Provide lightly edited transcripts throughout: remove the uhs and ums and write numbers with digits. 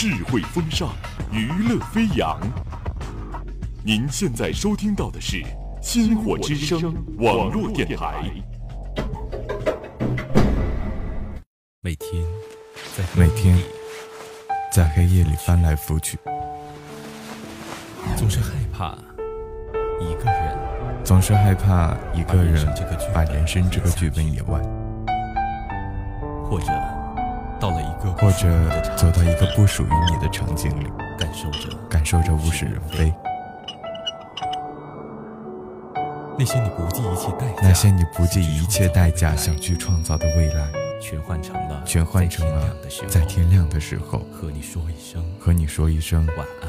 智慧风尚，娱乐飞扬。您现在收听到的是星火之声网络电台。 每天在黑夜里翻来覆去， 总是害怕一个人把人生这个剧本演完，或者走到一个不属于你的场景里，感受着物是人非。那些你不计一切代价想去创造的未来，全换成了在天亮的时候和你说一声晚安。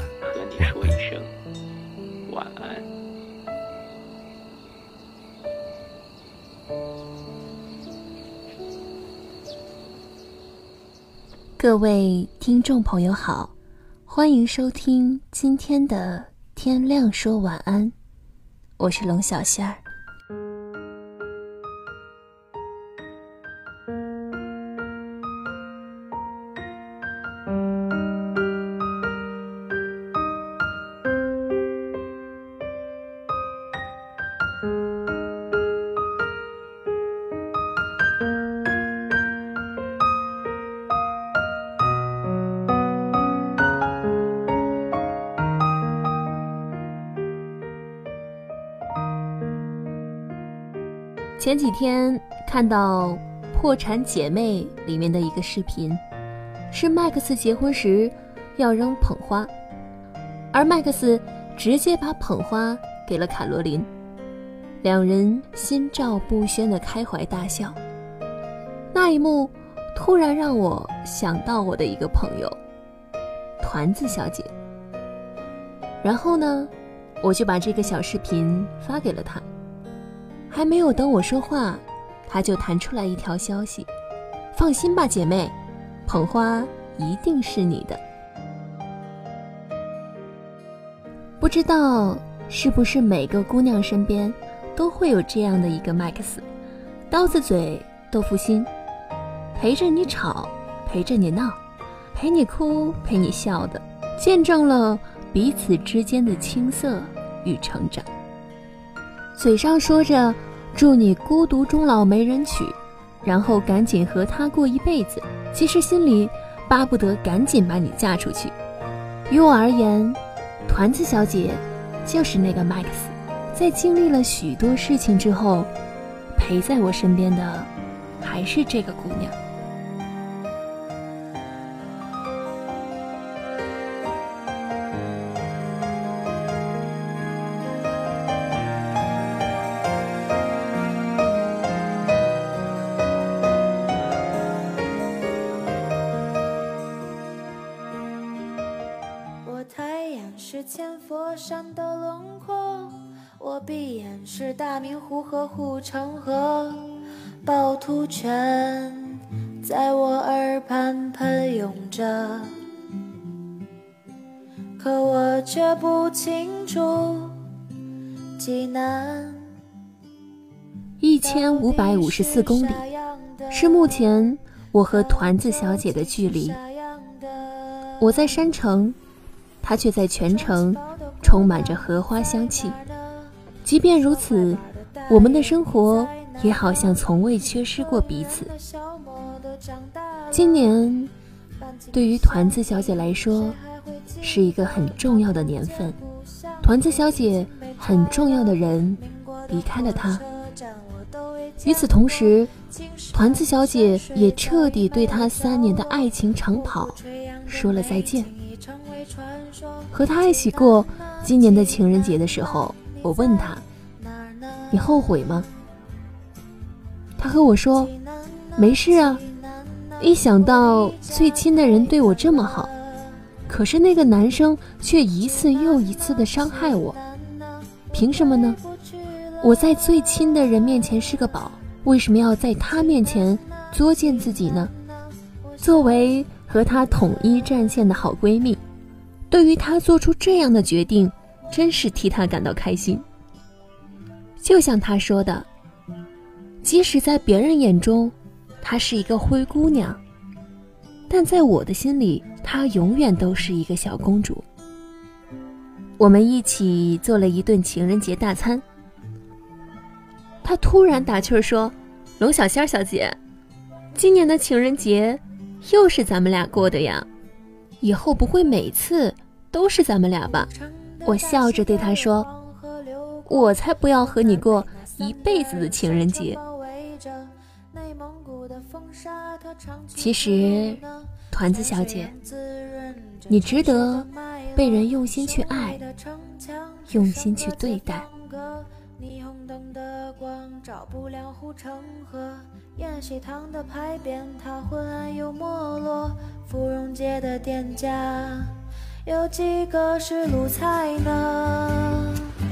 各位听众朋友好，欢迎收听今天的天亮说晚安，我是龙小仙儿。前几天看到《破产姐妹》里面的一个视频，是麦克斯结婚时要扔捧花，而麦克斯直接把捧花给了卡罗琳，两人心照不宣地开怀大笑。那一幕突然让我想到我的一个朋友团子小姐，然后呢，我就把这个小视频发给了她。还没有等我说话，他就弹出来一条消息：放心吧姐妹，捧花一定是你的。不知道是不是每个姑娘身边都会有这样的一个麦克斯，刀子嘴豆腐心，陪着你吵，陪着你闹，陪你哭，陪你笑的，见证了彼此之间的青涩与成长。嘴上说着祝你孤独终老没人娶，然后赶紧和他过一辈子，其实心里巴不得赶紧把你嫁出去。于我而言，团子小姐就是那个麦克斯，在经历了许多事情之后，陪在我身边的还是这个姑娘。 是千佛山的轮廓，我闭眼是大明湖和护城河，趵突泉在我耳畔喷涌着，可我却不清楚济南。 1554公里是目前我和团子小姐的距离。我在山城，它却在全城充满着荷花香气。即便如此，我们的生活也好像从未缺失过彼此。今年对于团子小姐来说是一个很重要的年份，团子小姐很重要的人离开了她。与此同时，团子小姐也彻底对她3年的爱情长跑说了再见。和他一起过今年的情人节的时候，我问他，你后悔吗？他和我说，没事啊，一想到最亲的人对我这么好，可是那个男生却一次又一次的伤害我，凭什么呢？我在最亲的人面前是个宝，为什么要在他面前作践自己呢？作为和他统一战线的好闺蜜，对于他做出这样的决定，真是替他感到开心。就像他说的，即使在别人眼中她是一个灰姑娘， 但在我的心里，她永远都是一个小公主。我们一起做了一顿情人节大餐。她突然打趣说：“龙小仙小姐，今年的情人节又是咱们俩过的呀，以后不会每次都是咱们俩吧？”我笑着对她说：“我才不要和你过一辈子的情人节。”其实，团子小姐，你值得被人用心去爱，用心去对待。霓虹灯的光照不亮护城河，宴席堂的牌匾它昏暗又没落，芙蓉街的店家有几个是鲁菜呢？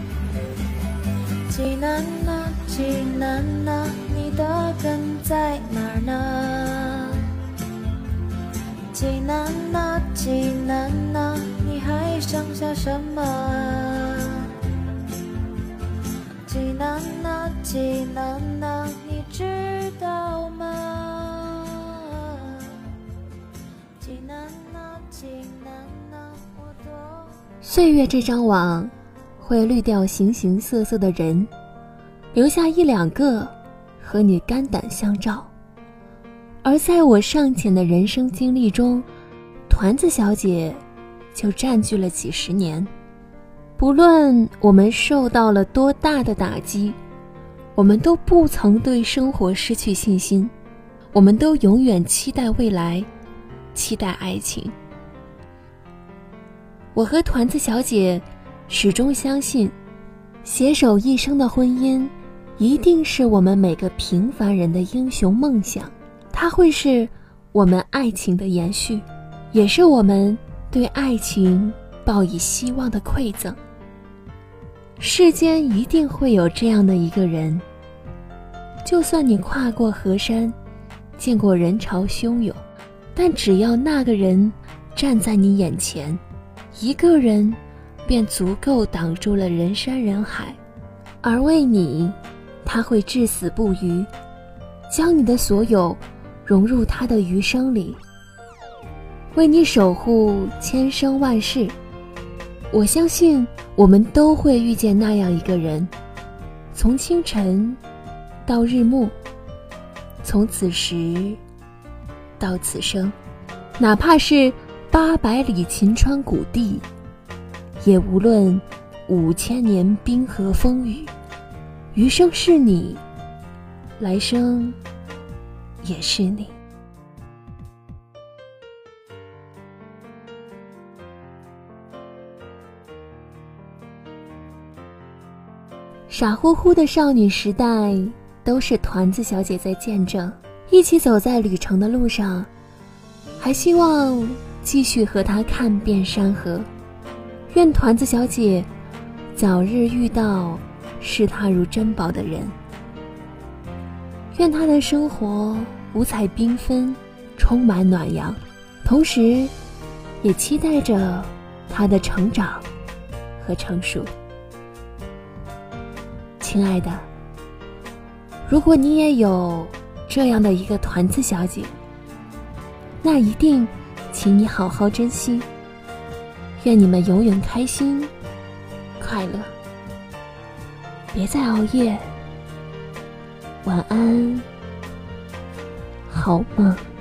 济南啊济南啊，你的根在哪儿呢？济南啊济南啊，你还剩下什么啊？济南啊济南啊，你知道吗？济南啊济南啊，我多。岁月这张网会滤掉形形色色的人，留下一两个和你肝胆相照。而在我尚浅的人生经历中，团子小姐就占据了几十年。不论我们受到了多大的打击，我们都不曾对生活失去信心，我们都永远期待未来，期待爱情。我和团子小姐始终相信，携手一生的婚姻一定是我们每个平凡人的英雄梦想，它会是我们爱情的延续，也是我们对爱情抱以希望的馈赠。世间一定会有这样的一个人，就算你跨过河山，见过人潮汹涌，但只要那个人站在你眼前，一个人便足够挡住了人山人海，而为你，他会至死不渝，将你的所有融入他的余生里，为你守护千生万世。我相信我们都会遇见那样一个人，从清晨到日暮，从此时到此生，哪怕是800里秦川谷地，也无论5000年冰河风雨，余生是你，来生也是你。傻乎乎的少女时代，都是团子小姐在见证。一起走在旅程的路上，还希望继续和她看遍山河。愿团子小姐早日遇到视她如珍宝的人，愿她的生活五彩缤纷，充满暖阳，同时也期待着她的成长和成熟。亲爱的，如果你也有这样的一个团子小姐，那一定请你好好珍惜。愿你们永远开心快乐，别再熬夜，晚安，好梦。